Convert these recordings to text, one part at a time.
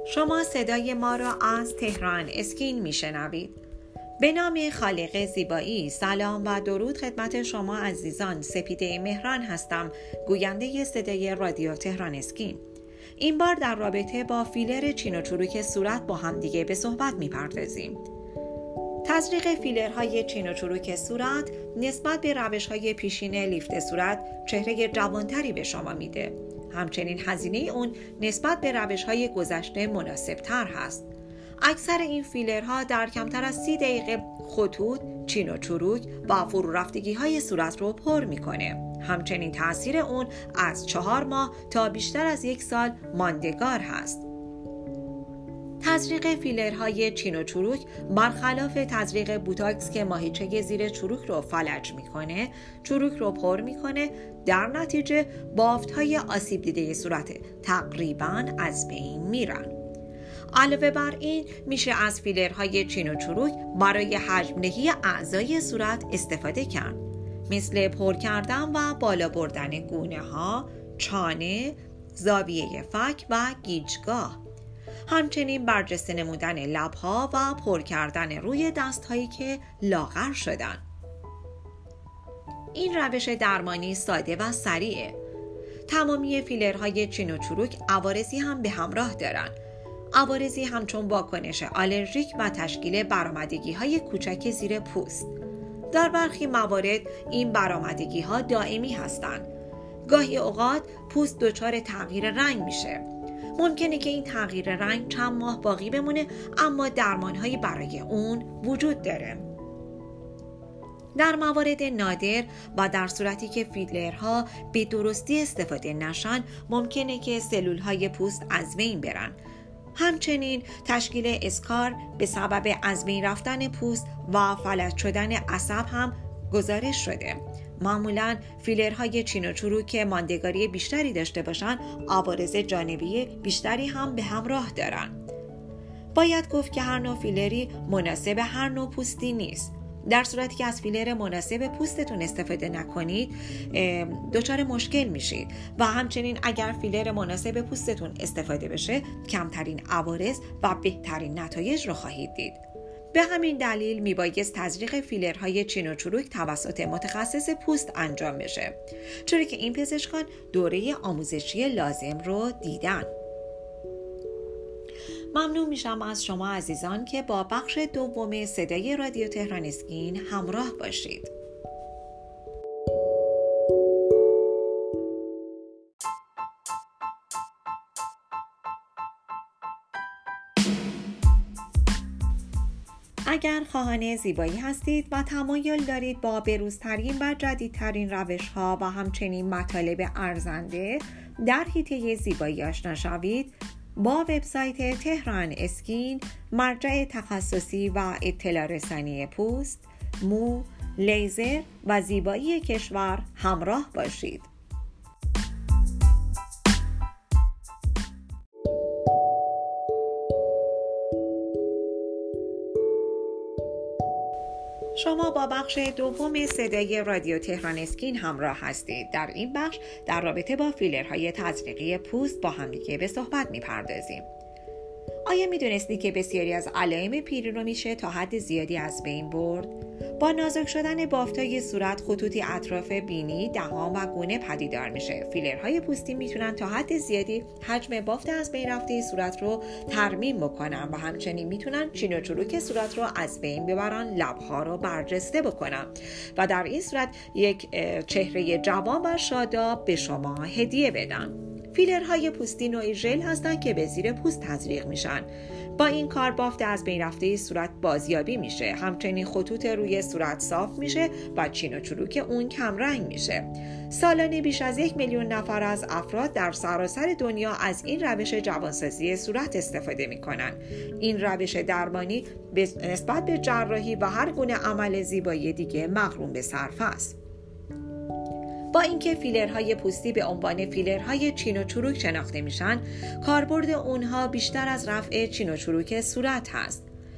شما صدای ما را از تهران اسکین میشنوید. به نام خالق زیبایی سلام و درود خدمت شما عزیزان. سپیده مهران هستم، گوینده صدای رادیو تهران اسکین. این بار در رابطه با فیلر چین و چروک صورت با هم دیگه به صحبت میپردازیم. تزریق فیلرهای چین و چروک صورت نسبت به روش‌های پیشین لیفت صورت چهره جوانتری به شما میده. همچنین هزینه اون نسبت به روش‌های گذشته مناسب‌تر هست. اکثر این فیلرها در کمتر از 30 دقیقه خطوط، چین و چروک و فرو رفتگی‌های صورت رو پر میکنه. همچنین تأثیر اون از 4 ماه تا بیشتر از 1 سال ماندگار هست. تزریق فیلرهای چین و چروک برخلاف تزریق بوتاکس که ماهیچه زیر چروک رو فلج میکنه، چروک رو پر میکنه، در نتیجه بافت‌های آسیب دیده صورت تقریباً از بین میرن. علاوه بر این میشه از فیلرهای چین و چروک برای حجم دهی اعضای صورت استفاده کرد، مثل پر کردن و بالا بردن گونه ها، چانه، زاویه فک و گیجگاه. همچنین برجسته نمودن لب‌ها و پر کردن روی دست‌هایی که لاغر شدن. این روش درمانی ساده و سریعه. تمامی فیلرهای چین و چروک عوارضی هم به همراه دارن. عوارضی همچون واکنش آلرژیک و تشکیل برآمدگی‌های کوچک زیر پوست. در برخی موارد این برآمدگی‌ها دائمی هستند. گاهی اوقات پوست دچار تغییر رنگ میشه. ممکنه که این تغییر رنگ چند ماه باقی بمونه، اما درمان‌هایی برای اون وجود داره. در موارد نادر و در صورتی که فیلرها به درستی استفاده نشن، ممکنه که سلول‌های پوست از بین برن. همچنین تشکیل اسکار به سبب از بین رفتن پوست و فلج شدن عصب هم گزارش شده. معمولاً فیلرهای چین و چروک که ماندگاری بیشتری داشته باشن، عوارض جانبی بیشتری هم به همراه دارن. باید گفت که هر نوع فیلری مناسب هر نوع پوستی نیست. در صورتی که از فیلر مناسب پوستتون استفاده نکنید، دچار مشکل میشید و همچنین اگر فیلر مناسب پوستتون استفاده بشه، کمترین عوارض و بهترین نتایج رو خواهید دید. به همین دلیل میبایست تزریق فیلرهای چین و چروک توسط متخصص پوست انجام بشه، چون که این پزشکان دوره آموزشی لازم رو دیدن. ممنون میشم از شما عزیزان که با بخش دوم صدای رادیو تهران اسکین همراه باشید. اگر خواهان زیبایی هستید و تمایل دارید با بروزترین و جدیدترین روش‌ها و همچنین مطالب ارزنده در حیطه زیبایی آشنا شوید، با وبسایت تهران اسکین، مرجع تخصصی و اطلاع رسانی پوست، مو، لیزر و زیبایی کشور همراه باشید. شما با بخش دوم صدای رادیو تهران اسکین همراه هستید. در این بخش در رابطه با فیلرهای تزریقی پوست با همدیگه به صحبت می‌پردازیم. آیا می‌دونستی که بسیاری از علائم پیری رو میشه تا حد زیادی از بین برد؟ با نازک شدن بافت‌های صورت، خطوطی اطراف بینی، دهان و گونه پدیدار میشه. فیلرهای پوستی میتونن تا حد زیادی حجم بافت از بین رفته صورت رو ترمیم بکنن و همچنین میتونن چین و چروک صورت رو از بین ببرن، لب‌ها رو برجسته بکنن و در این صورت یک چهره جوان و شاداب به شما هدیه بدن. فیلرهای پوستی نوعی ژل هستند که به زیر پوست تزریق میشن. با این کار بافت از بین رفته صورت بازیابی میشه. همچنین خطوط روی صورت صاف میشه و چین و چروک اون کم رنگ میشه. سالانه بیش از 1 میلیون نفر از افراد در سراسر دنیا از این روش جوانسازی صورت استفاده میکنن. این روش درمانی نسبت به جراحی و هر گونه عمل زیبایی دیگه مغروم به صرفه است. با اینکه فیلرهای پوستی به عنوان فیلرهای چین و چروک شناخته میشن، کاربرد اونها بیشتر از رفع چین و چروک صورت هست.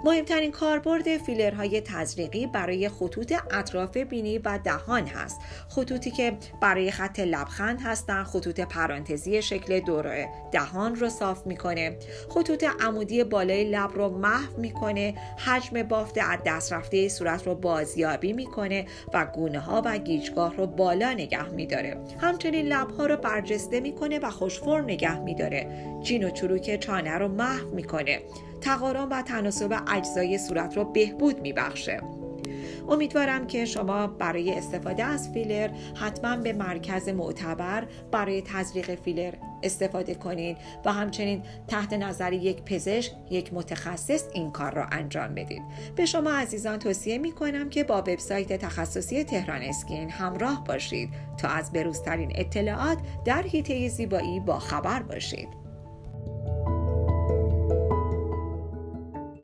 مهمترین کاربرد فیلرهای تزریقی برای خطوط اطراف بینی و دهان هست. خطوطی که برای خط لبخند هستن، خطوط پرانتزی شکل دور دهان رو صاف میکنه، خطوط عمودی بالای لب رو محو میکنه، حجم بافت از دست رفته صورت رو بازیابی میکنه و گونه ها و گیجگاه رو بالا نگه میداره. همچنین لبها رو برجسته میکنه و خوش فرم نگه میداره. جین و چروک چانه رو محو میکنه. تقارن و تناسب اجزای صورت رو بهبود میبخشه. امیدوارم که شما برای استفاده از فیلر حتما به مرکز معتبر برای تزریق فیلر استفاده کنید و همچنین تحت نظر یک پزشک، یک متخصص این کار را انجام بدید. به شما عزیزان توصیه می کنم که با وبسایت تخصصی تهران اسکین همراه باشید تا از بروزترین اطلاعات در حیطه زیبایی با خبر باشید.